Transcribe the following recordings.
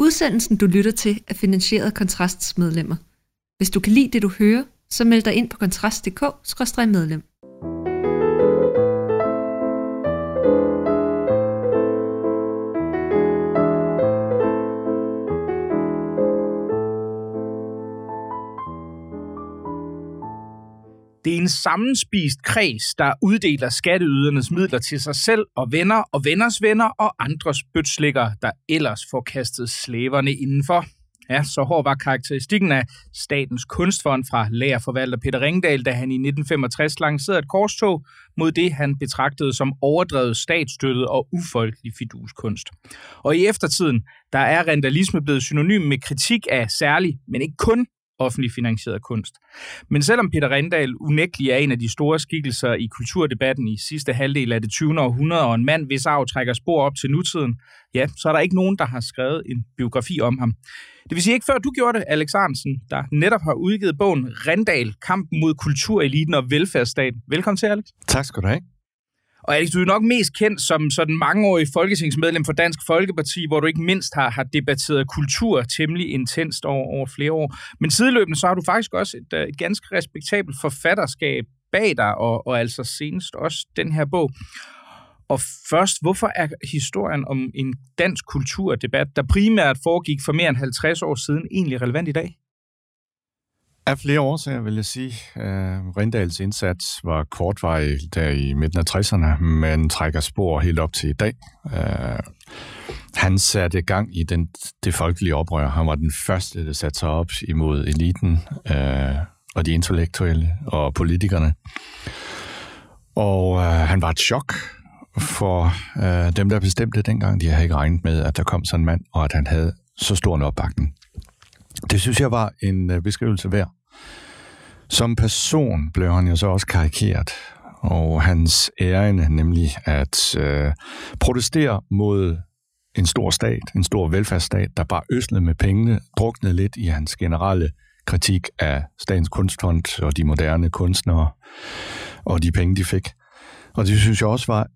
Udsendelsen, du lytter til, er finansieret af Kontrasts medlemmer. Hvis du kan lide det, du hører, så meld dig ind på kontrast.dk/medlem. Det er en sammenspist kreds, der uddeler skatteydernes midler til sig selv og venner og venners venner og andres bøtslikker, der ellers får kastet slæverne indenfor. Ja, så hård var karakteristikken af Statens Kunstfond fra lagerforvalter Peter Ringdal, da han i 1965 lancerede et korstog mod det, han betragtede som overdrevet statsstøttet og ufolkelig fiduskunst. Og i eftertiden, der er rentalisme blevet synonym med kritik af særlig, men ikke kun offentlig finansieret kunst. Men selvom Peter Ringdal unægtelig er en af de store skikkelser i kulturdebatten i sidste halvdel af det 20. århundrede, og en mand, hvis arv trækker spor op til nutiden, ja, så er der ikke nogen, der har skrevet en biografi om ham. Det vil sige ikke før du gjorde det, Alex Ahrendtsen, der netop har udgivet bogen Ringdal, kampen mod kultureliten og velfærdsstaten. Velkommen til, Alex. Tak skal du have. Og Alex, du er nok mest kendt som sådan mangeårig folketingsmedlem for Dansk Folkeparti, hvor du ikke mindst har debatteret kultur temmelig intenst over flere år. Men sideløbende så har du faktisk også et ganske respektabelt forfatterskab bag dig, og altså senest også den her bog. Og først, hvorfor er historien om en dansk kulturdebat, der primært foregik for mere end 50 år siden, egentlig relevant i dag? Af flere årsager, vil jeg sige. Ringdals indsats var kortvarig der i midten af 60'erne, men trækker spor helt op til i dag. Han satte gang i det folkelige oprør. Han var den første, der satte sig op imod eliten og de intellektuelle og politikerne. Og han var et chok for dem, der bestemte dengang. De havde ikke regnet med, at der kom sådan en mand, og at han havde så stor en opbakning. Det synes jeg var en beskrivelse værd. Som person blev han jo så også karikeret, og hans ærinde, nemlig at protestere mod en stor stat, en stor velfærdsstat, der bare øslede med pengene, druknede lidt i hans generelle kritik af Statens Kunstfond og de moderne kunstnere og de penge, de fik. Og det synes jeg også var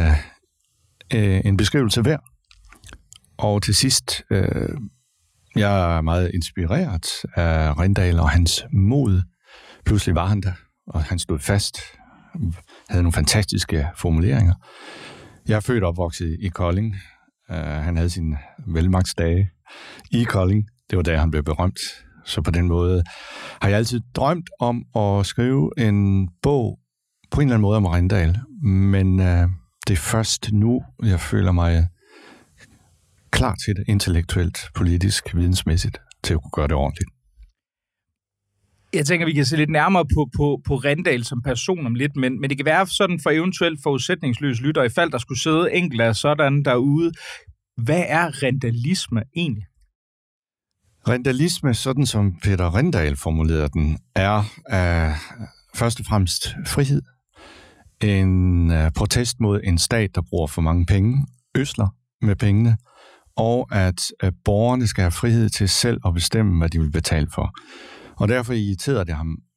en beskrivelse værd. Og til sidst, jeg er meget inspireret af Ringdal og hans mod. Pludselig var han der, og han stod fast, havde nogle fantastiske formuleringer. Jeg er født og opvokset i Kolding. Han havde sine velmagtsdage i Kolding. Det var der, han blev berømt. Så på den måde har jeg altid drømt om at skrive en bog på en eller anden måde om Ringdal. Men det er først nu, jeg føler mig klar til det, intellektuelt, politisk, vidensmæssigt, til at kunne gøre det ordentligt. Jeg tænker, vi kan se lidt nærmere på Ringdal som person om lidt, men det kan være sådan for eventuelt forudsætningsløse lytter, i fald der skulle sidde enkelt af sådan derude. Hvad er rindalisme egentlig? Rindalisme, sådan som Peter Ringdal formulerede den, er først og fremmest frihed. En protest mod en stat, der bruger for mange penge, øsler med pengene, og at borgerne skal have frihed til selv at bestemme, hvad de vil betale for. Og derfor irriterede det ham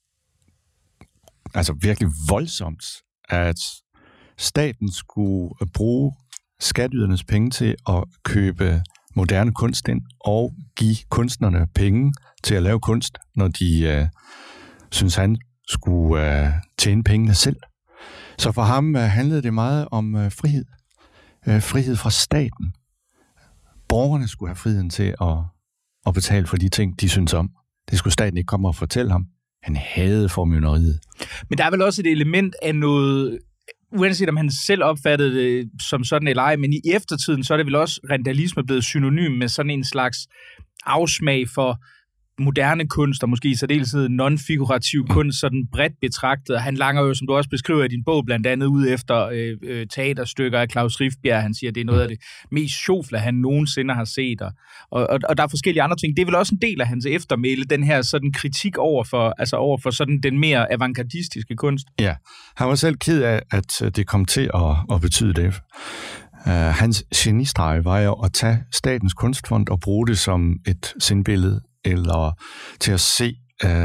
altså virkelig voldsomt, at staten skulle bruge skatteydernes penge til at købe moderne kunst ind og give kunstnerne penge til at lave kunst, når de synes, han skulle tjene pengene selv. Så for ham handlede det meget om frihed. Frihed fra staten. Borgerne skulle have friheden til at betale for de ting, de synes om. Det skulle staten ikke komme og fortælle ham. Han havde formynderiet. Men der er vel også et element af noget, uanset om han selv opfattede det som sådan eller ej, men i eftertiden, så er det vel også rindalisme blevet synonym med sådan en slags afsmag for moderne kunst, og måske i særdeleshed non-figurativ kunst, sådan bredt betragtet. Han langer jo, som du også beskriver i din bog, blandt andet ud efter teaterstykker af Klaus Rifbjerg. Han siger, at det er noget af det mest sjofle, han nogensinde har set. Og der er forskellige andre ting. Det er vel også en del af hans eftermæle, den her sådan kritik over for sådan den mere avantgardistiske kunst. Ja, han var selv ked af, at det kom til at betyde det. Hans genistreg var jo at tage Statens Kunstfond og bruge det som et sindbillede, eller til at se,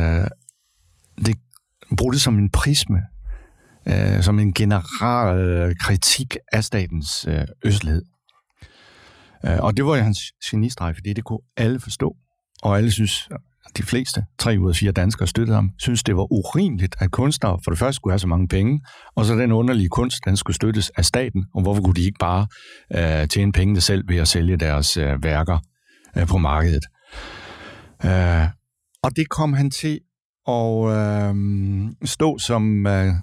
bruge det som en prisme, som en general kritik af statens øslighed. Og det var jo hans genistreg, fordi det kunne alle forstå. Og alle synes, de fleste, 3 ud af 4 danskere støttede ham, synes det var urimeligt, at kunstnere for det første skulle have så mange penge, og så den underlige kunst, den skulle støttes af staten, og hvorfor kunne de ikke bare tjene pengene selv ved at sælge deres værker på markedet. Og det kom han til at stå som,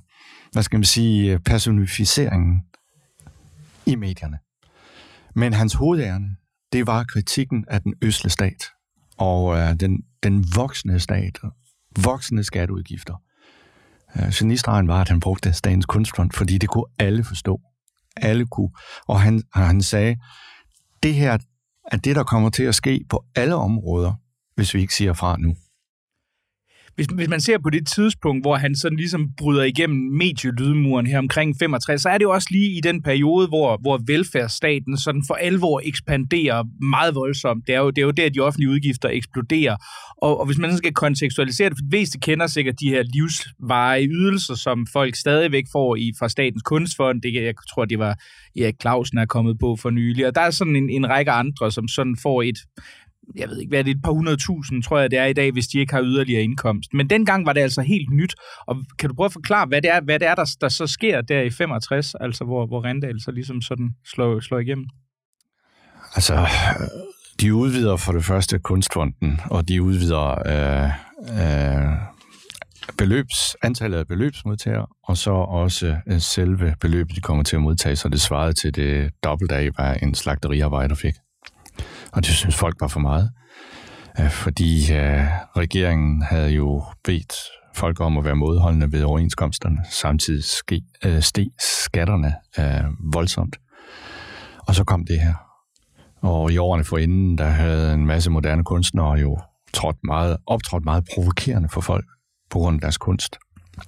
personificeringen i medierne. Men hans hovedærende, det var kritikken af den østlige stat, og den voksende stat, voksende skatteudgifter. Genistregen var, at han brugte Statens Kunstfond, fordi det kunne alle forstå. Alle kunne. Og han sagde, det her er det, der kommer til at ske på alle områder, hvis vi ikke siger fra nu. Hvis man ser på det tidspunkt, hvor han sådan ligesom bryder igennem medielydmuren her omkring 65, så er det jo også lige i den periode, hvor velfærdsstaten sådan for alvor ekspanderer meget voldsomt. Det er jo der, de offentlige udgifter eksploderer. Og hvis man skal kontekstualisere det, for de fleste kender sikkert de her livsvarige ydelser, som folk stadigvæk får fra Statens Kunstfond. Jeg tror, det var Erik Clausen er kommet på for nylig. Og der er sådan en række andre, som sådan får jeg ved ikke, hvad er det, et par 100.000, tror jeg, det er i dag, hvis de ikke har yderligere indkomst. Men dengang var det altså helt nyt. Og kan du prøve at forklare, hvad det er der så sker der i 65, altså hvor Rindal så ligesom sådan slår igennem? Altså, de udvider for det første Kunstfonden, og de udvider antallet af beløbsmodtagere, og så også selve beløbet, de kommer til at modtage, så det svarede til det dobbelte af, hvad en slagteriarbejder fik. Og det synes folk var for meget, fordi regeringen havde jo bedt folk om at være modholdende ved overenskomsterne. Samtidig steg skatterne voldsomt. Og så kom det her. Og i årene forinden, der havde en masse moderne kunstnere jo optrådt meget provokerende for folk på grund af deres kunst.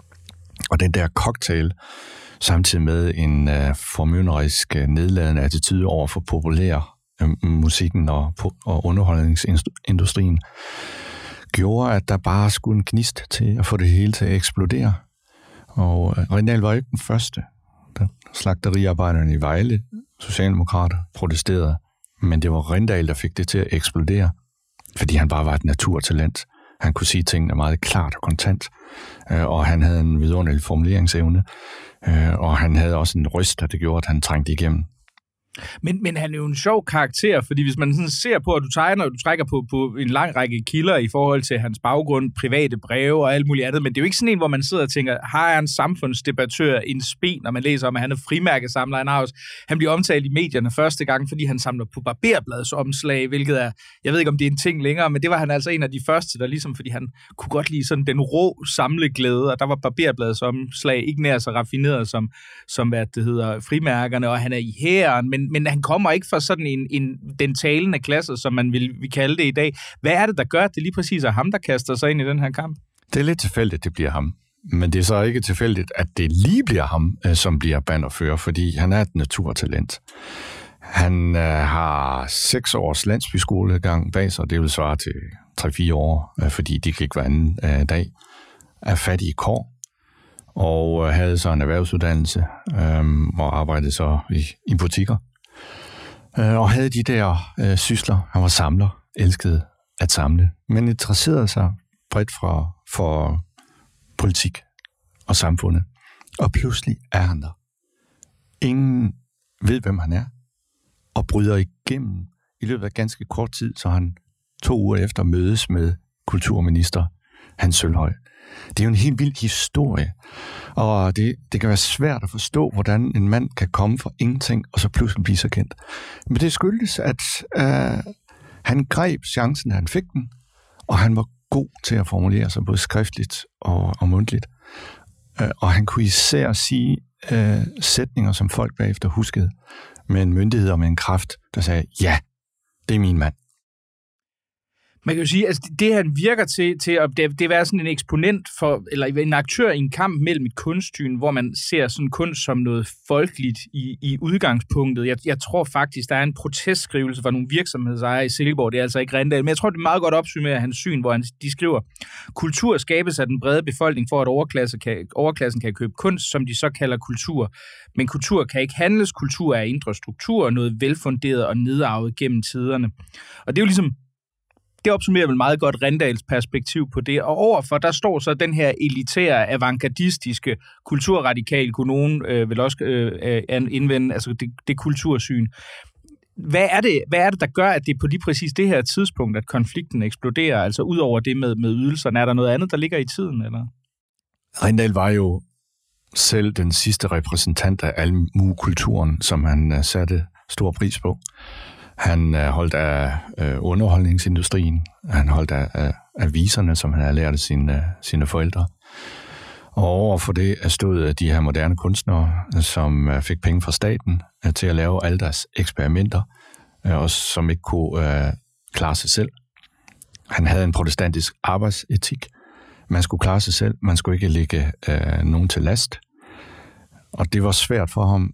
Og den der cocktail, samtidig med en formynderisk nedladende attitude over for populære musikken og underholdningsindustrien, gjorde, at der bare skulle en gnist til at få det hele til at eksplodere. Og Rindal var ikke den første. Slagteriarbejderne i Vejle, socialdemokrater, protesterede, men det var Rindal, der fik det til at eksplodere, fordi han bare var et naturtalent. Han kunne sige tingene meget klart og kontant, og han havde en vidunderlig formuleringsevne, og han havde også en røst, der gjorde, at han trængte igennem. Men han er jo en sjov karakter, fordi hvis man sådan ser på, at du trækker på en lang række kilder i forhold til hans baggrund, private breve og alt muligt andet, men det er jo ikke sådan en, hvor man sidder og tænker, har han samfundsdebattør en spen, når man læser om, at han er frimærkesamler. Han bliver omtalt i medierne første gang, fordi han samler på barberbladsomslag, hvilket er, jeg ved ikke, om det er en ting længere, men det var han altså en af de første, der ligesom, fordi han kunne godt lide sådan den rå samleglæde, og der var barberbladsomslag ikke nær så raffineret som hvad det hedder, frimærkerne, og han er i hæren, men han kommer ikke fra sådan den talende klasse, som man vil kalde det i dag. Hvad er det, der gør, at det lige præcis er ham, der kaster sig ind i den her kamp? Det er lidt tilfældigt, det bliver ham. Men det er så ikke tilfældigt, at det lige bliver ham, som bliver bannerfører, fordi han er et naturtalent. Han har 6 års landsbyskolegang bag sig, det vil svare til 3-4 år, fordi de gik hver anden dag, er fattige kår, og havde så en erhvervsuddannelse, og arbejdede så i butikker. Og havde de der sysler. Han var samler, elskede at samle, men interesserede sig bredt for politik og samfundet. Og pludselig er han der. Ingen ved, hvem han er, og bryder igennem. I løbet af ganske kort tid, så han 2 uger efter mødes med kulturminister Hans Sølvhøj. Det er jo en helt vild historie, og det kan være svært at forstå, hvordan en mand kan komme fra ingenting, og så pludselig blive så kendt. Men det skyldes, at han greb chancen, da han fik den, og han var god til at formulere sig både skriftligt og mundtligt. Og han kunne især sige sætninger, som folk bagefter huskede, med en myndighed og med en kraft, der sagde, ja, det er min mand. Man kan jo sige, at altså, det han virker til at det være sådan en eksponent for, eller en aktør i en kamp mellem et kunstsyn, hvor man ser sådan kunst som noget folkeligt i udgangspunktet. Jeg tror faktisk, der er en protestskrivelse fra nogle virksomhedsejere i Silkeborg, det er altså ikke Rindal, men jeg tror, det er meget godt opsummeret hans syn, hvor de skriver, kultur skabes af den brede befolkning for, at overklassen kan købe kunst, som de så kalder kultur. Men kultur kan ikke handles, kultur er indre struktur, noget velfunderet og nedarvet gennem tiderne. Og det er jo ligesom det opsummerer vel meget godt Rindals perspektiv på det. Og overfor, der står så den her elitære, avantgardistiske, kulturradikale, kunne nogen vel også indvende, altså det kultursyn. Hvad er det, der gør, at det er på lige præcis det her tidspunkt, at konflikten eksploderer? Altså ud over det med ydelserne, er der noget andet, der ligger i tiden, eller? Rindal var jo selv den sidste repræsentant af almuekulturen, som han satte stor pris på. Han holdt af underholdningsindustrien. Han holdt af aviserne, som han havde lært af sine forældre. Og overfor det stod de her moderne kunstnere, som fik penge fra staten til at lave alle deres eksperimenter, og som ikke kunne klare sig selv. Han havde en protestantisk arbejdsetik. Man skulle klare sig selv. Man skulle ikke lægge nogen til last. Og det var svært for ham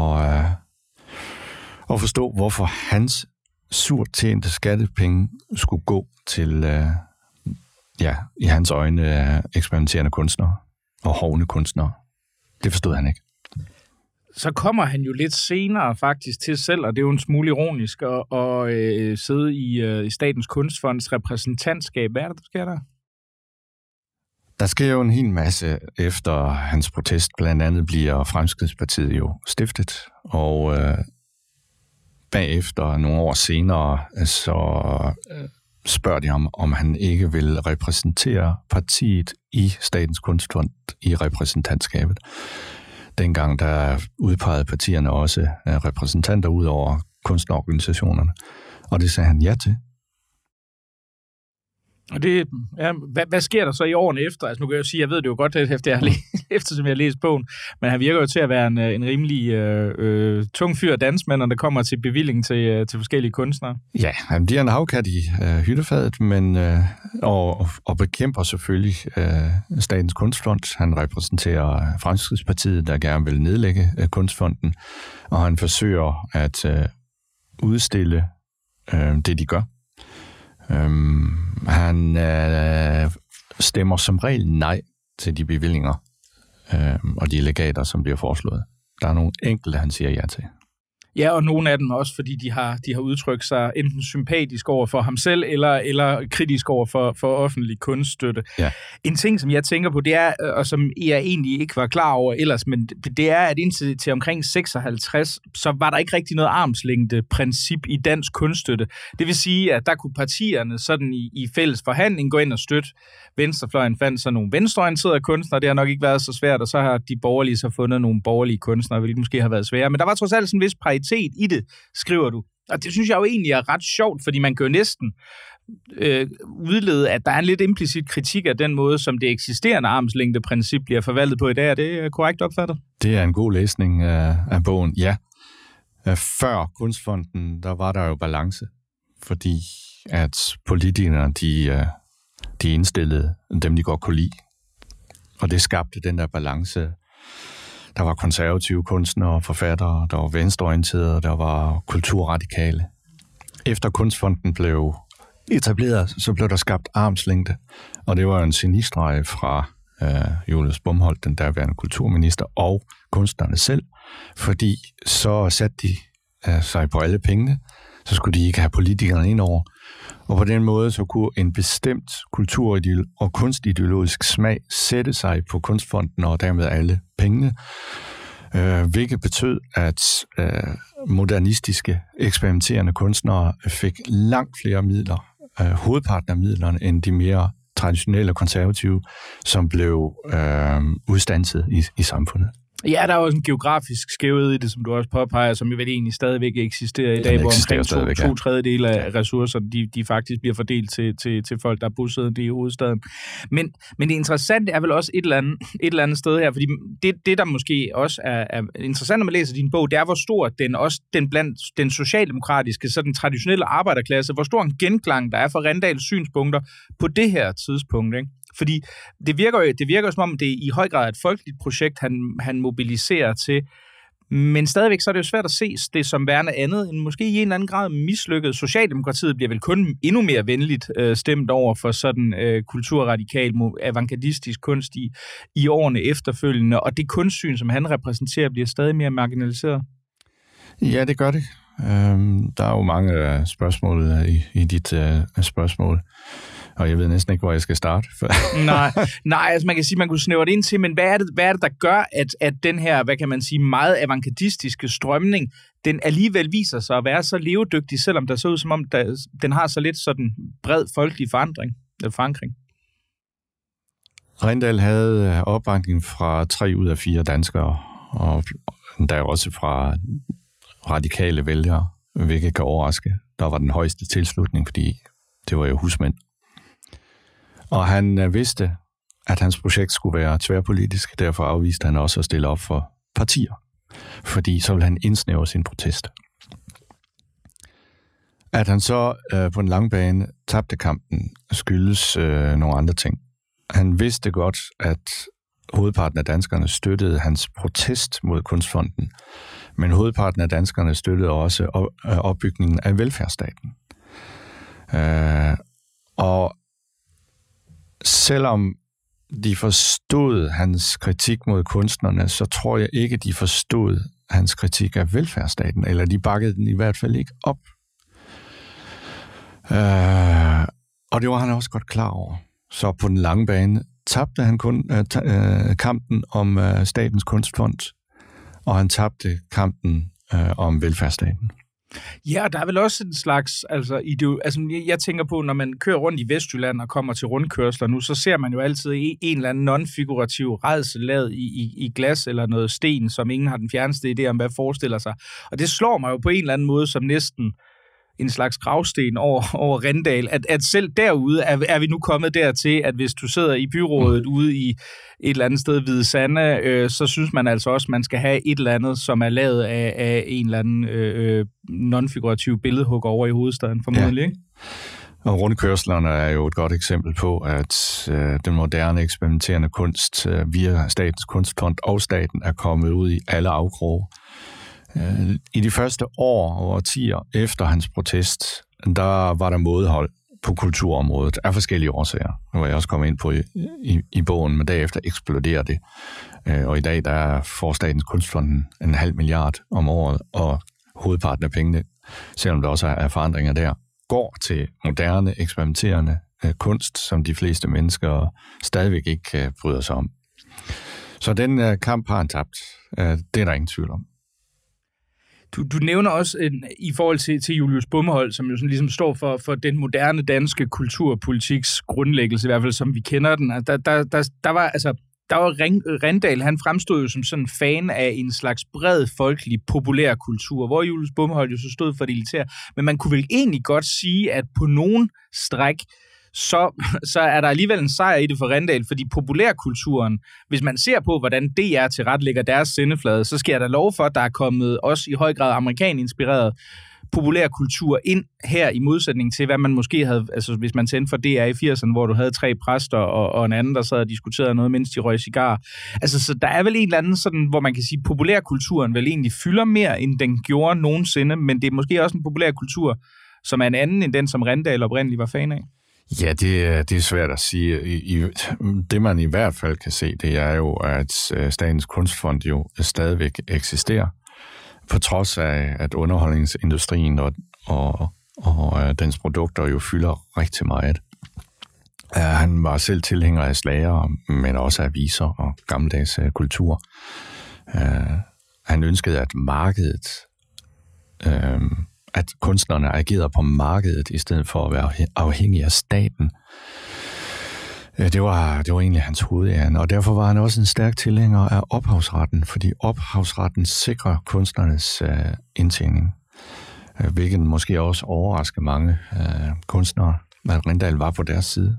at forstå, hvorfor hans surt tjente skattepenge skulle gå til, i hans øjne, eksperimenterende kunstnere og hovne kunstnere. Det forstod han ikke. Så kommer han jo lidt senere faktisk til selv, og det er jo en smule ironisk, at sidde i Statens Kunstfonds repræsentantskab. Hvad er det, der sker der? Der sker jo en hel masse efter hans protest. Blandt andet bliver Fremskridtspartiet jo stiftet, og bagefter, nogle år senere, så spørger de ham, om han ikke vil repræsentere partiet i Statens Kunstfond i repræsentantskabet. Dengang der udpegede partierne også repræsentanter ud over kunstnerorganisationerne, og det sagde han ja til. Og det, ja, hvad sker der så i årene efter? Altså nu kan jeg jo sige, jeg ved det jo godt, eftersom jeg har læst bogen, men han virker jo til at være en rimelig tung fyr dansmand, når det kommer til bevilling til forskellige kunstnere. Ja, han bliver en havkat i hyttefadet, men og bekæmper selvfølgelig Statens Kunstfond. Han repræsenterer Fremskridtspartiet, der gerne vil nedlægge Kunstfonden, og han forsøger at udstille det, de gør. Han stemmer som regel nej til de bevillinger og de legater, som bliver foreslået. Der er nogle enkelte, han siger ja til. Ja, og nogle af dem også, fordi de har udtrykt sig enten sympatisk over for ham selv, eller kritisk over for offentlig kunststøtte. Ja. En ting, som jeg tænker på, det er, og som jeg egentlig ikke var klar over ellers, men det er, at indtil til omkring 56, så var der ikke rigtig noget armslængde princip i dansk kunststøtte. Det vil sige, at der kunne partierne sådan i fælles forhandling gå ind og støtte. Venstrefløjen fandt så nogle venstreorienterede kunstnere, det har nok ikke været så svært, og så har de borgerlige så fundet nogle borgerlige kunstnere, hvilket måske har været svære. Men der var trods alt sådan en vis paritet i det, skriver du. Og det synes jeg jo egentlig er ret sjovt, fordi man kan jo næsten udlede, at der er en lidt implicit kritik af den måde, som det eksisterende armslængdeprincip bliver forvaltet på i dag. Er det korrekt opfattet? Det er en god læsning af bogen, ja. Før Kunstfonden, der var der jo balance, fordi at politikerne, de indstillede dem, de godt kunne lide. Og det skabte den der balance. Der var konservative kunstnere og forfattere, der var venstreorienterede, der var kulturradikale. Efter Kunstfonden blev etableret, så blev der skabt armslængde. Og det var en genistreg fra Julius Bomholt, den derværende kulturminister, og kunstnerne selv. Fordi så satte de sig på alle pengene, så skulle de ikke have politikerne ind over. Og på den måde så kunne en bestemt og kunstideologisk smag sætte sig på Kunstfonden og dermed alle pengene, hvilket betød, at modernistiske, eksperimenterende kunstnere fik langt flere midler, hovedparten af midlerne, end de mere traditionelle og konservative, som blev udstanset i samfundet. Ja, der er også en geografisk skævhed i det, som du også påpeger, som jo vel egentlig stadigvæk eksisterer i dag, hvor omkring to tredjedele af ressourcerne, de faktisk bliver fordelt til folk, der er bosiddende i hovedstaden. Men det interessante er vel også et eller andet sted her, fordi det der måske også er interessant, når man læser din bog, det er, hvor stor den blandt den socialdemokratiske, så den traditionelle arbejderklasse, hvor stor en genklang der er for Rindals synspunkter på det her tidspunkt, ikke? Fordi det virker jo som om, det i høj grad er et folkeligt projekt, han mobiliserer til, men stadigvæk så er det jo svært at se det som værende andet end måske i en eller anden grad mislykket. Socialdemokratiet bliver vel kun endnu mere venligt stemt over for sådan kulturradikal, avantgardistisk kunst i årene efterfølgende, og det kunstsyn, som han repræsenterer, bliver stadig mere marginaliseret. Ja, det gør det. Der er jo mange spørgsmål i dit spørgsmål. Og jeg ved næsten ikke, hvor jeg skal starte. Nej, altså man kan sige, man kunne snævre det ind til, men hvad er det, der gør, at den her, hvad kan man sige, meget avantgardistiske strømning, den alligevel viser sig at være så levedygtig, selvom der ser ud som om, den har så lidt sådan bred folkelig forankring? Rindal havde opbakning fra 3 ud af 4 danskere, og der er også fra radikale vælgere, hvilket kan overraske. Der var den højeste tilslutning, fordi det var jo husmænd. Og han vidste, at hans projekt skulle være tværpolitisk, derfor afviste han også at stille op for partier, fordi så ville han indsnævre sin protest. At han så på en lang bane tabte kampen, skyldes nogle andre ting. Han vidste godt, at hovedparten af danskerne støttede hans protest mod Kunstfonden, men hovedparten af danskerne støttede også opbygningen af velfærdsstaten. Og selvom de forstod hans kritik mod kunstnerne, så tror jeg ikke, de forstod hans kritik af velfærdsstaten, eller de bakkede den i hvert fald ikke op. Og det var han også godt klar over. Så på den lange bane tabte han kun kampen om Statens Kunstfond, og han tabte kampen om velfærdsstaten. Ja, der er vel også en slags, jeg tænker på, når man kører rundt i Vestjylland og kommer til rundkørsler nu, så ser man jo altid en eller anden non-figurativ rædsel lavet i glas eller noget sten, som ingen har den fjerneste idé om, hvad forestiller sig. Og det slår mig jo på en eller anden måde som næsten en slags gravsten over Rindal, at selv derude er vi nu kommet dertil, at hvis du sidder i byrådet ude i et eller andet sted Hvide Sande, så synes man altså også, at man skal have et eller andet, som er lavet af en eller anden non-figurativ billedhugger over i hovedstaden, formodentlig, ikke? Og rundkørslerne er jo et godt eksempel på, at den moderne eksperimenterende kunst via Statens Kunstfond og staten er kommet ud i alle afkroge. I de første år og årtier efter hans protest, der var der mådehold på kulturområdet af forskellige årsager. Nu var jeg også kommet ind på i bogen, men derefter eksploderer det. Og i dag der får Statens Kunstfond 0,5 milliard om året, og hovedparten af pengene, selvom der også er forandringer der, går til moderne, eksperimenterende kunst, som de fleste mennesker stadigvæk ikke bryder sig om. Så den kamp har han tabt. Det er der ingen tvivl om. Du nævner også i forhold til Julius Bomholt, som jo sådan ligesom står for den moderne danske kulturpolitiks grundlæggelse, i hvert fald som vi kender den. Der var Rindal, han fremstod jo som sådan en fan af en slags bred folkelig populær kultur, hvor Julius Bomholt jo så stod for det elitære. Men man kunne vel egentlig godt sige, at på nogen stræk, så er der alligevel en sejr i det for Rindal, fordi populærkulturen, hvis man ser på, hvordan DR tilrettelægger deres sendeflade, så skal jeg da love for, at der er kommet også i høj grad amerikaninspireret populærkultur ind her, i modsætning til, hvad man måske havde, altså hvis man tændte for DR i 80'erne, hvor du havde 3 præster og en anden, der sad og diskuterede noget, mens de røg cigar. Altså, så der er vel en eller anden sådan, hvor man kan sige, populærkulturen vel egentlig fylder mere, end den gjorde nogensinde, men det er måske også en populærkultur, som er en anden, end den, som Rindal oprindeligt var fan af. Ja, det er svært at sige. Det man i hvert fald kan se, det er jo, at Statens Kunstfond jo stadigvæk eksisterer, på trods af, at underholdningsindustrien og dens produkter jo fylder rigtig meget. Han var selv tilhænger af slager, men også af aviser og gammeldags kultur. Han ønskede, at markedet, at kunstnerne agerede på markedet, i stedet for at være afhængige af staten. Det var egentlig hans hovedærende, og derfor var han også en stærk tilhænger af ophavsretten, fordi ophavsretten sikrer kunstnernes indtjening, hvilket måske også overrasker mange kunstnere, at Rindal var på deres side.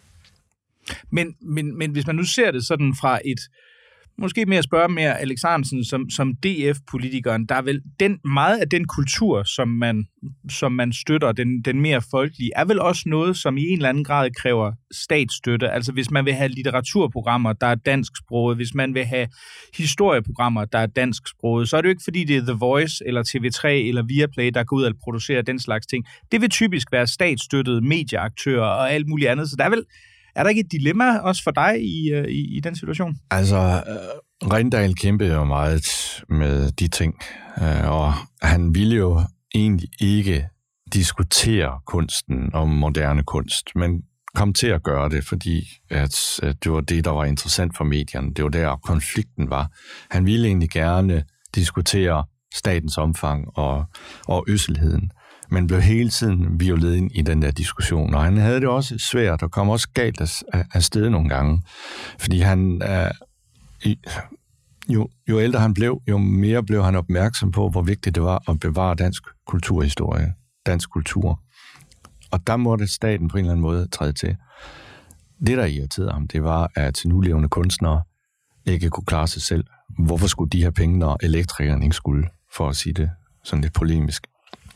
Men hvis man nu ser det sådan fra et, måske mere spørge mere Alex Ahrendtsen som DF-politikeren, der er vel meget af den kultur, som man støtter, den mere folkelige, er vel også noget, som i en eller anden grad kræver statsstøtte. Altså hvis man vil have litteraturprogrammer, der er dansksproget, hvis man vil have historieprogrammer, der er dansksproget, så er det jo ikke fordi, det er The Voice eller TV3 eller Viaplay, der går ud og producerer den slags ting. Det vil typisk være statsstøttede medieaktører og alt muligt andet, så er der ikke et dilemma også for dig i den situation? Altså, Rindal kæmpede jo meget med de ting, og han ville jo egentlig ikke diskutere kunsten og moderne kunst, men kom til at gøre det, fordi at det var det, der var interessant for medierne. Det var der, konflikten var. Han ville egentlig gerne diskutere statens omfang og øsselheden, men blev hele tiden violet ind i den der diskussion. Og han havde det også svært, og kom også galt af sted nogle gange. Fordi han, jo ældre han blev, jo mere blev han opmærksom på, hvor vigtigt det var at bevare dansk kulturhistorie, dansk kultur. Og der måtte staten på en eller anden måde træde til. Det, der irriterede ham, det var, at nulevende kunstnere ikke kunne klare sig selv. Hvorfor skulle de have penge, når elektrikeren ikke skulle, for at sige det sådan lidt polemisk?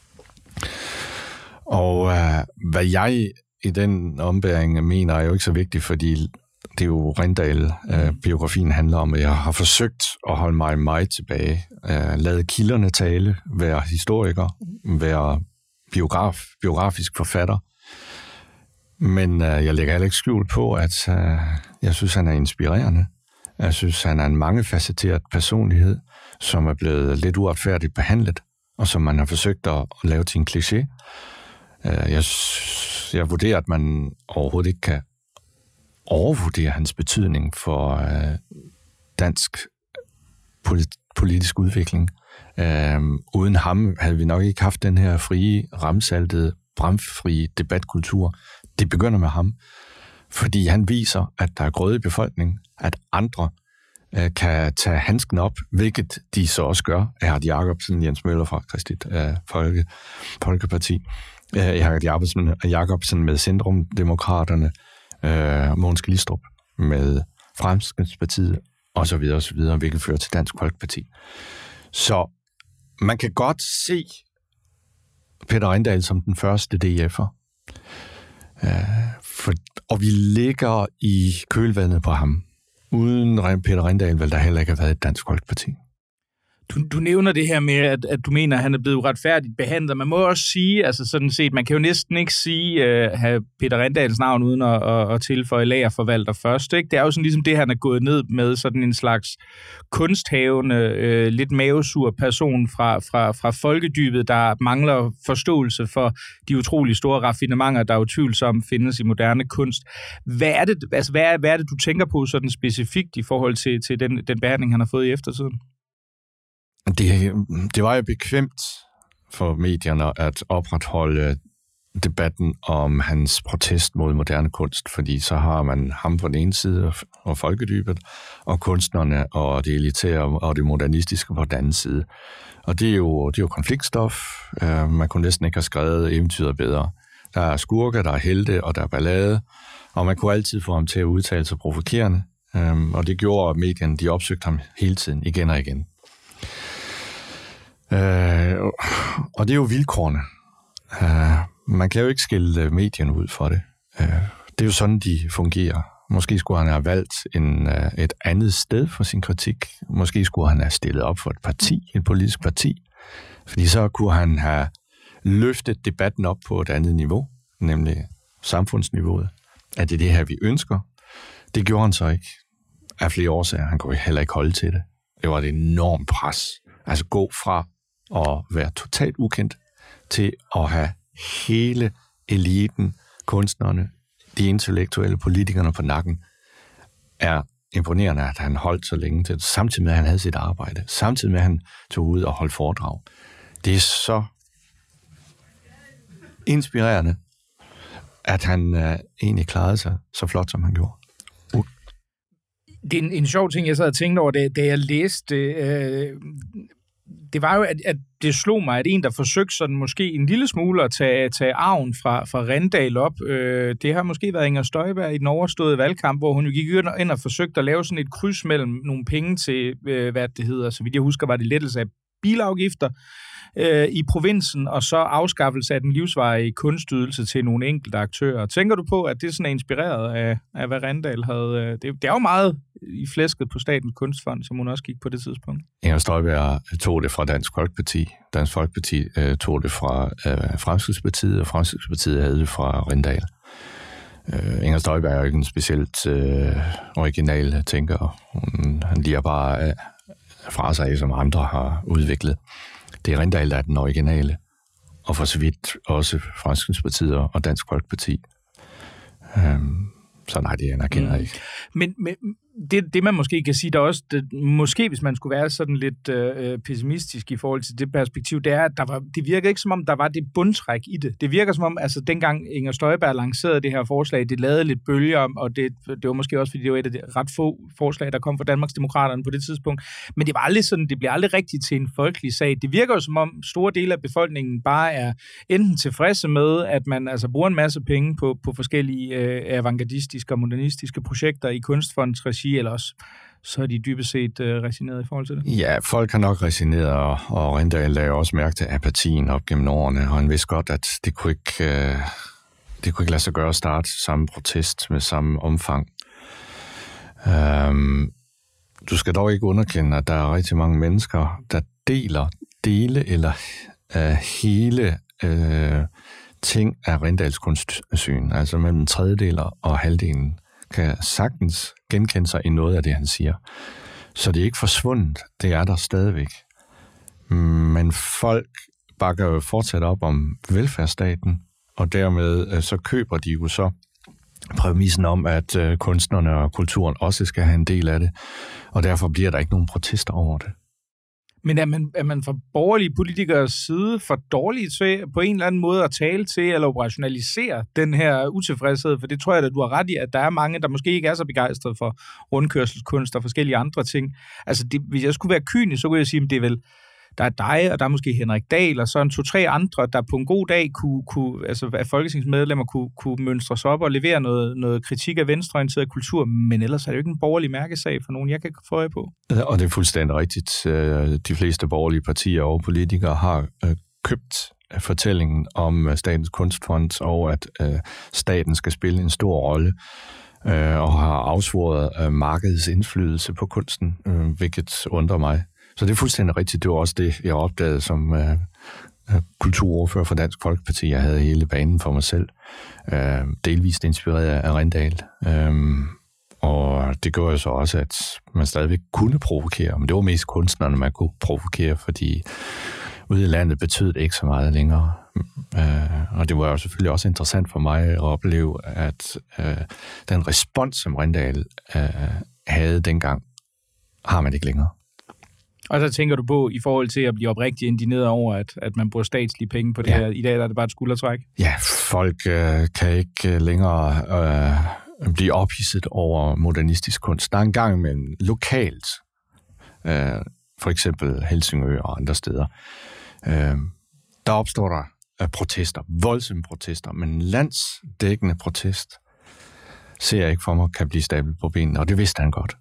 Og hvad jeg i den ombæring mener, er jo ikke så vigtigt, fordi det er jo Rindal, biografien handler om, at jeg har forsøgt at holde mig meget tilbage, lade kilderne tale, være historiker, være biografisk forfatter. Men jeg lægger heller ikke skjult på, at jeg synes, han er inspirerende. Jeg synes, han er en mangefacetteret personlighed, som er blevet lidt uretfærdigt behandlet, og som man har forsøgt at lave til en kliché. Jeg vurderer, at man overhovedet ikke kan overvurdere hans betydning for dansk politisk udvikling. Uden ham havde vi nok ikke haft den her frie, ramsaltede, bramfrie debatkultur. Det begynder med ham, fordi han viser, at der er grøde i befolkningen, at andre kan tage handsken op, hvilket de så også gør. Erhard Jacobsen, Jens Møller fra Kristeligt Folkeparti, Erhard Jacobsen med Centrumdemokraterne, Mogens Glistrup med Fremskridtspartiet, osv., hvilket fører til Dansk Folkeparti. Så man kan godt se Peter Rindal som den første DF'er. Og vi ligger i kølvandet på ham. Uden Peter Rindal vil der heller ikke have været et Dansk Folkeparti. Du nævner det her med, at du mener, at han er blevet uretfærdigt behandlet. Man må også sige, altså sådan set, man kan jo næsten ikke sige, have Peter Rindals navn uden at tilføje lagerforvalter først. Ikke? Det er jo sådan ligesom det, han er gået ned med, sådan en slags kunsthavende, lidt mavesur person fra folkedybet, der mangler forståelse for de utrolig store raffinementer, der utvivlsomt findes i moderne kunst. Hvad er det, du tænker på sådan specifikt i forhold til den behandling, han har fået i eftertiden? Det var jo bekvemt for medierne at opretholde debatten om hans protest mod moderne kunst, fordi så har man ham på den ene side og folkedybet, og kunstnerne og det elitære og det modernistiske på den anden side. Og det er jo konfliktstof. Man kunne næsten ikke have skrevet eventyret bedre. Der er skurke, der er helte, og der er ballade, og man kunne altid få ham til at udtale sig provokerende. Og det gjorde, at medierne de opsøgte ham hele tiden, igen og igen. Og det er jo vilkårene. Man kan jo ikke skille medierne ud for det. Det er jo sådan, de fungerer. Måske skulle han have valgt et andet sted for sin kritik. Måske skulle han have stillet op for et politisk parti. Fordi så kunne han have løftet debatten op på et andet niveau, nemlig samfundsniveauet. At det er det her, vi ønsker. Det gjorde han så ikke. Af flere årsager. Han kunne heller ikke holde til det. Det var et enormt pres. Altså gå fra at være totalt ukendt til at have hele eliten, kunstnerne, de intellektuelle politikerne på nakken, er imponerende, at han holdt så længe til det, samtidig med, at han havde sit arbejde, samtidig med, at han tog ud og holdt foredrag. Det er så inspirerende, at han egentlig klarede sig så flot, som han gjorde. Det er en sjov ting, jeg sad og tænkte over, da jeg læste det var jo, at det slog mig, at en, der forsøgte sådan måske en lille smule at tage arven fra Rindal op, det har måske været Inger Støjberg i den overståede valgkamp, hvor hun jo gik ind og forsøgte at lave sådan et kryds mellem nogle penge til, hvad det hedder, så vidt jeg husker, var det lettelse af bilafgifter i provinsen, og så afskaffelse af den livsvarige kunstydelse til nogle enkelte aktører. Tænker du på, at det sådan er inspireret af hvad Rindal havde? Det er jo meget i flæsket på Statens Kunstfond, som hun også gik på det tidspunkt. Inger Støjberg tog det fra Dansk Folkeparti. Dansk Folkeparti tog det fra Fremskridtspartiet, og Fremskridtspartiet havde det fra Rindal. Inger Støjberg er jo ikke en specielt original tænker. Han liger bare fra sig, som andre har udviklet. Det er Rindal, der er den originale, og for så vidt også Fremskridtspartiet og Dansk Folkeparti. Så nej, det anerkender jeg ikke. Men det man måske kan sige, der også, måske hvis man skulle være sådan lidt pessimistisk i forhold til det perspektiv, det er, at det virker ikke som om, der var det bundtræk i det. Det virker som om, altså dengang Inger Støjberg lancerede det her forslag, det lavede lidt bølger, og det var måske også, fordi det var et af de ret få forslag, der kom fra Danmarksdemokraterne på det tidspunkt. Men det var aldrig sådan, det bliver aldrig rigtigt til en folkelig sag. Det virker jo som om, store dele af befolkningen bare er enten tilfredse med, at man altså bruger en masse penge på forskellige avantgardistiske og modernistiske projekter i Kunstfondens regi, eller også, så er de dybest set resigneret i forhold til det? Ja, folk har nok resigneret, og Rindal lagde også mærke til apatien op gennem årene, og han vidste godt, at det kunne ikke lade sig gøre at starte samme protest med samme omfang. Du skal dog ikke underkende, at der er rigtig mange mennesker, der deler dele eller hele ting af Rindals kunstsyn, altså mellem tredjedeler og halvdelen, kan sagtens genkende sig i noget af det, han siger. Så det er ikke forsvundet, det er der stadigvæk. Men folk bakker jo fortsat op om velfærdsstaten, og dermed så køber de jo så præmissen om, at kunstnerne og kulturen også skal have en del af det, og derfor bliver der ikke nogen protester over det. Men er man fra borgerlige politikers side for dårlige til på en eller anden måde at tale til eller operationalisere den her utilfredshed? For det tror jeg, at du har ret i, at der er mange, der måske ikke er så begejstrede for rundkørselskunst og forskellige andre ting. Altså, hvis jeg skulle være kynisk, så kunne jeg sige, at det er vel, der er dig, og der er måske Henrik Dahl, og så en 2-3 andre, der på en god dag kunne altså af folketingsmedlemmer kunne mønstre sig op og levere noget kritik af venstreorienteret kultur, men ellers er det jo ikke en borgerlig mærkesag for nogen, jeg kan få øje på. Og det er fuldstændig rigtigt. De fleste borgerlige partier og politikere har købt fortællingen om Statens Kunstfond, og at staten skal spille en stor rolle, og har afsvoret markedets indflydelse på kunsten, hvilket undrer mig. Så det er fuldstændig rigtigt. Det var også det, jeg opdagede som kulturordfører for Dansk Folkeparti. Jeg havde hele banen for mig selv. Delvist inspireret af Rindal. Og det gjorde jo så også, at man stadigvæk kunne provokere. Men det var mest kunstnerne, man kunne provokere, fordi ude i landet betød det ikke så meget længere. Og det var jo selvfølgelig også interessant for mig at opleve, at den respons, som Rindal havde dengang, har man ikke længere. Og så tænker du på, i forhold til at blive oprigtigt indineret over, at man bruger statslige penge på det her. I dag der er det bare et skuldertræk. Ja, folk kan ikke længere blive ophidset over modernistisk kunst. Der er en gang imellem lokalt, for eksempel Helsingør og andre steder, der opstår der protester, voldsomme protester, men landsdækkende protest ser jeg ikke for mig kan blive stablet på benene, og det vidste han godt.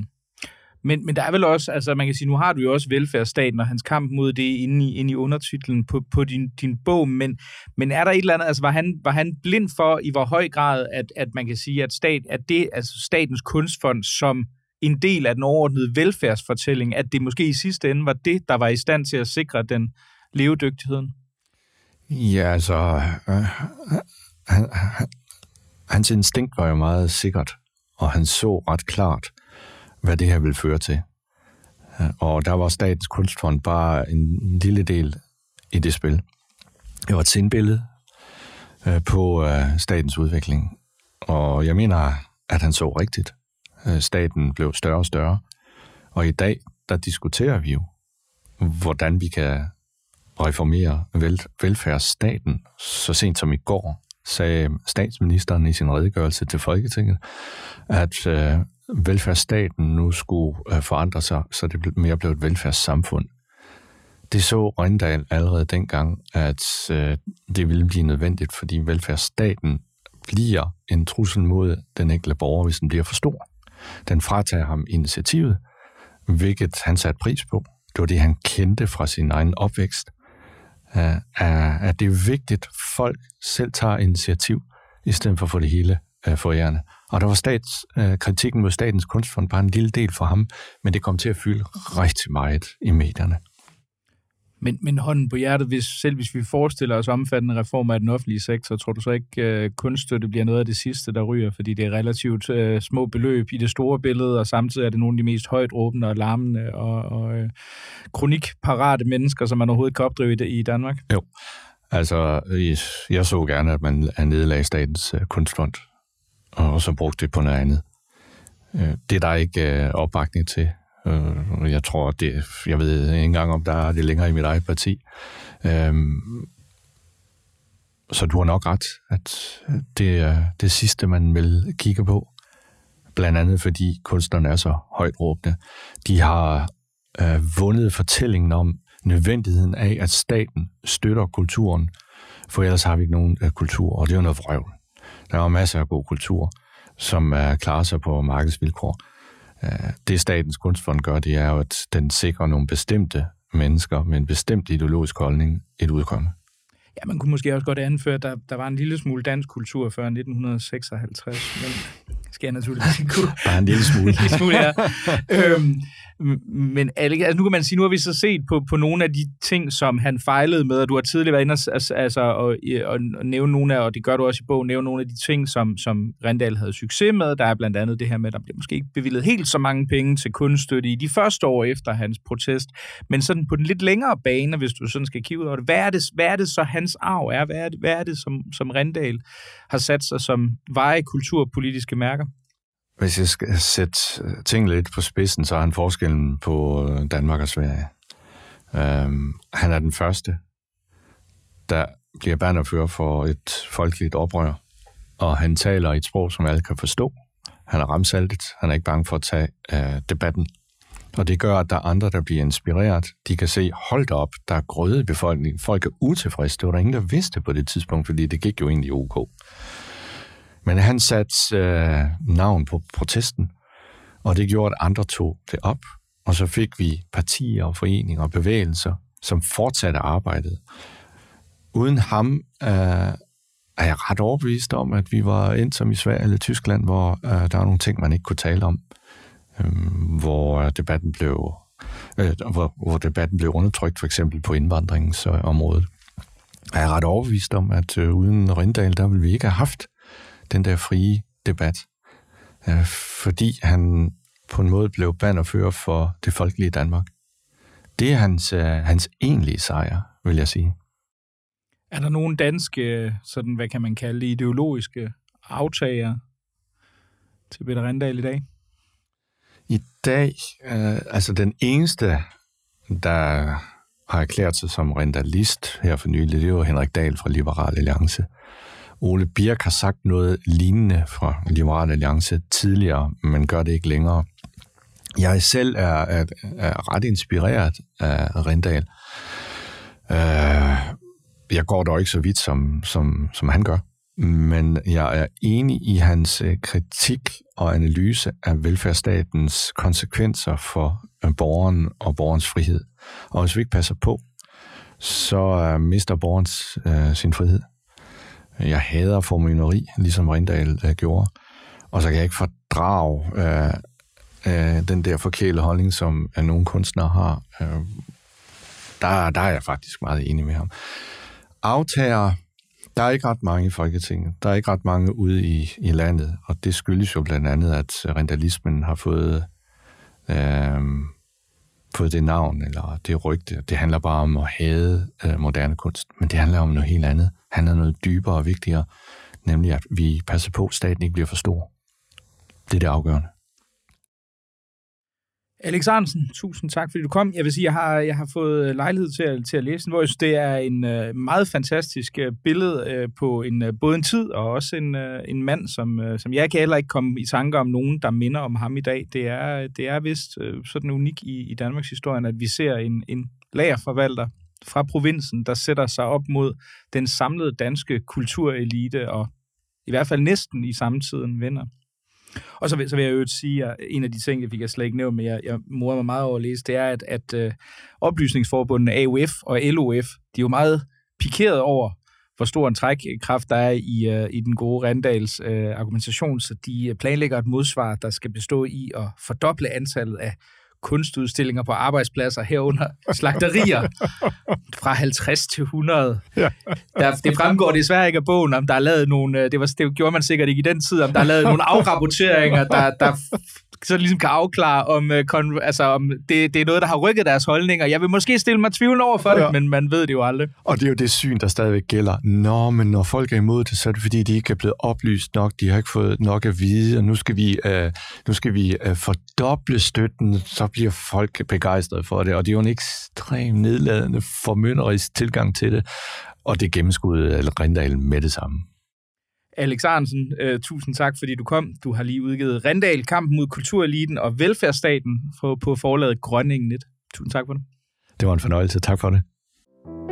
Men der er vel også, altså man kan sige, nu har du jo også velfærdsstaten og hans kamp mod det inde i undertitlen på din bog, men er der et eller andet, altså var han blind for, i hvor høj grad, at man kan sige, at Statens Kunstfond som en del af den overordnede velfærdsfortælling, at det måske i sidste ende var det, der var i stand til at sikre den levedygtigheden? Ja, altså hans instinkt var jo meget sikkert, og han så ret klart, hvad det her vil føre til. Og der var Statens Kunstfond bare en lille del i det spil. Det var et sindbillede på statens udvikling. Og jeg mener, at han så rigtigt. Staten blev større og større. Og i dag, der diskuterer vi jo, hvordan vi kan reformere velfærdsstaten. Så sent som i går sagde statsministeren i sin redegørelse til Folketinget, at velfærdsstaten nu skulle forandre sig, så det mere blev et velfærdssamfund. Det så Rindal allerede dengang, at det ville blive nødvendigt, fordi velfærdsstaten bliver en trussel mod den enkelte borger, hvis den bliver for stor. Den fratager ham initiativet, hvilket han satte pris på. Det var det, han kendte fra sin egen opvækst. At det er vigtigt, at folk selv tager initiativ, i stedet for at få det hele forærende. Og der var kritikken mod Statens Kunstfond bare en lille del for ham, men det kom til at fylde rigtig meget i medierne. Men hånden på hjertet, hvis vi forestiller os omfattende reformer af den offentlige sektor, tror du så ikke, kunststøtte bliver noget af det sidste, der ryger, fordi det er relativt små beløb i det store billede, og samtidig er det nogle af de mest højt råbende og larmende og kronikparate mennesker, som man overhovedet kan opdrive i Danmark? Jo, altså jeg så gerne, at man nedlagde Statens Kunstfond, og så brugte det på noget andet. Det er der ikke opbakning til. Jeg tror, jeg ved ikke engang, om der er det længere i mit eget parti. Så du har nok ret, at det er det sidste, man vil kigge på. Blandt andet, fordi kunstnerne er så højt råbende. De har vundet fortællingen om nødvendigheden af, at staten støtter kulturen, for ellers har vi ikke nogen kultur, og det er jo noget vrøvl. Der er masser af god kultur, som klarer sig på markedsvilkår. Det Statens Kunstfond gør, det er jo, at den sikrer nogle bestemte mennesker med en bestemt ideologisk holdning et udkomme. Ja, man kunne måske også godt anføre, at der var en lille smule dansk kultur før 1956, men skal jeg naturligvis ikke kunne. Bare en lille smule. En lille smule, ja. Men altså, nu kan man sige, nu har vi så set på nogle af de ting, som han fejlede med, og du har tidligere været inde og nævne nogle af, og det gør du også i bogen, nævne nogle af de ting, som Rindal havde succes med. Der er blandt andet det her med, at der bliver måske ikke bevilget helt så mange penge til kunststøtte i de første år efter hans protest, men sådan på den lidt længere bane, hvis du sådan skal kigge ud over det, hvad er det så hans arv er? Hvad er det som Rindal har sat sig som veje kulturpolitiske mærker? Hvis jeg skal sætte tingene lidt på spidsen, så er han forskellen på Danmark og Sverige. Han er den første, der bliver bannerfører for et folkeligt oprør, og han taler i et sprog, som alle kan forstå. Han er ramsaltet, han er ikke bange for at tage debatten. Og det gør, at der er andre, der bliver inspireret. De kan se, hold da op, der er grøde i befolkningen. Folk er utilfredse. Det var der ingen, der vidste på det tidspunkt, fordi det gik jo egentlig ok. Men han satte navn på protesten, og det gjorde, at andre tog det op. Og så fik vi partier og foreninger og bevægelser, som fortsatte arbejdet. Uden ham er jeg ret overbevist om, at vi var endt som i Sverige eller Tyskland, hvor der var nogle ting, man ikke kunne tale om. Hvor debatten blev undertrykt, for eksempel på indvandringsområdet. Jeg er ret overbevist om, at uden Rindal, der ville vi ikke have haft den der frie debat, fordi han på en måde blev bannerfører for det folkelige Danmark. Det er hans egentlige sejr, vil jeg sige. Er der nogle danske, sådan hvad kan man kalde ideologiske aftager til Peter Rindal i dag? I dag, altså den eneste, der har erklæret sig som rindalist her for nylig, det er jo Henrik Dahl fra Liberal Alliance. Ole Birk har sagt noget lignende fra Liberal Alliance tidligere, men gør det ikke længere. Jeg selv er ret inspireret af Rindal. Jeg går dog ikke så vidt, som han gør, men jeg er enig i hans kritik og analyse af velfærdsstatens konsekvenser for borgeren og borgerens frihed. Og hvis vi ikke passer på, så mister borgeren sin frihed. Jeg hader formynderi, ligesom Rindal gjorde. Og så kan jeg ikke fordrage den der forkælede holdning, som nogle kunstnere har. Der er jeg faktisk meget enig med ham. Aftager, der er ikke ret mange i Folketinget. Der er ikke ret mange ude i landet. Og det skyldes jo blandt andet, at rindalismen har fået det navn, eller det rygte. Det handler bare om at hade moderne kunst. Men det handler om noget helt andet. Det handler om noget dybere og vigtigere. Nemlig, at vi passer på, at staten ikke bliver for stor. Det er det afgørende. Alex Arentzen, tusind tak, fordi du kom. Jeg vil sige, jeg har fået lejlighed til at læse den, hvor jeg synes, det er en meget fantastisk billede på både en tid og også en mand, som jeg kan heller ikke komme i tanke om nogen, der minder om ham i dag. Det er vist sådan unik i Danmarks historie, at vi ser en lagerforvalter fra provinsen, der sætter sig op mod den samlede danske kulturelite, og i hvert fald næsten i samtiden vinder. Og så vil jeg jo sige, at en af de ting, jeg slet ikke nævnt, men jeg morer mig meget over at læse, det er, at oplysningsforbundene AUF og LOF, de er jo meget pikeret over, hvor stor en trækkraft der er i den gode Rindals argumentation, så de planlægger et modsvar, der skal bestå i at fordoble antallet af kunstudstillinger på arbejdspladser herunder slagterier fra 50 til 100. Ja. Det fremgår desværre ikke af bogen, om der er lavet nogle, det gjorde man sikkert ikke i den tid, om der er lavet nogle afrapporteringer, der så ligesom kan afklare, om det er noget, der har rykket deres holdninger. Jeg vil måske stille mig tvivl over for det, men man ved det jo aldrig. Og det er jo det syn, der stadigvæk gælder. Men når folk er imod det, så er det fordi, de ikke er blevet oplyst nok, de har ikke fået nok at vide, og nu skal vi fordoble støtten, så bliver folk begejstrede for det, og det er jo en ekstrem nedladende, formynderisk tilgang til det, og det gennemskuede Rindal med det samme. Alex Arentzen, tusind tak, fordi du kom. Du har lige udgivet Rindal, kampen mod kultureliten og velfærdsstaten på forlaget Grønningen Net. Tusind tak for det. Det var en fornøjelse. Tak for det.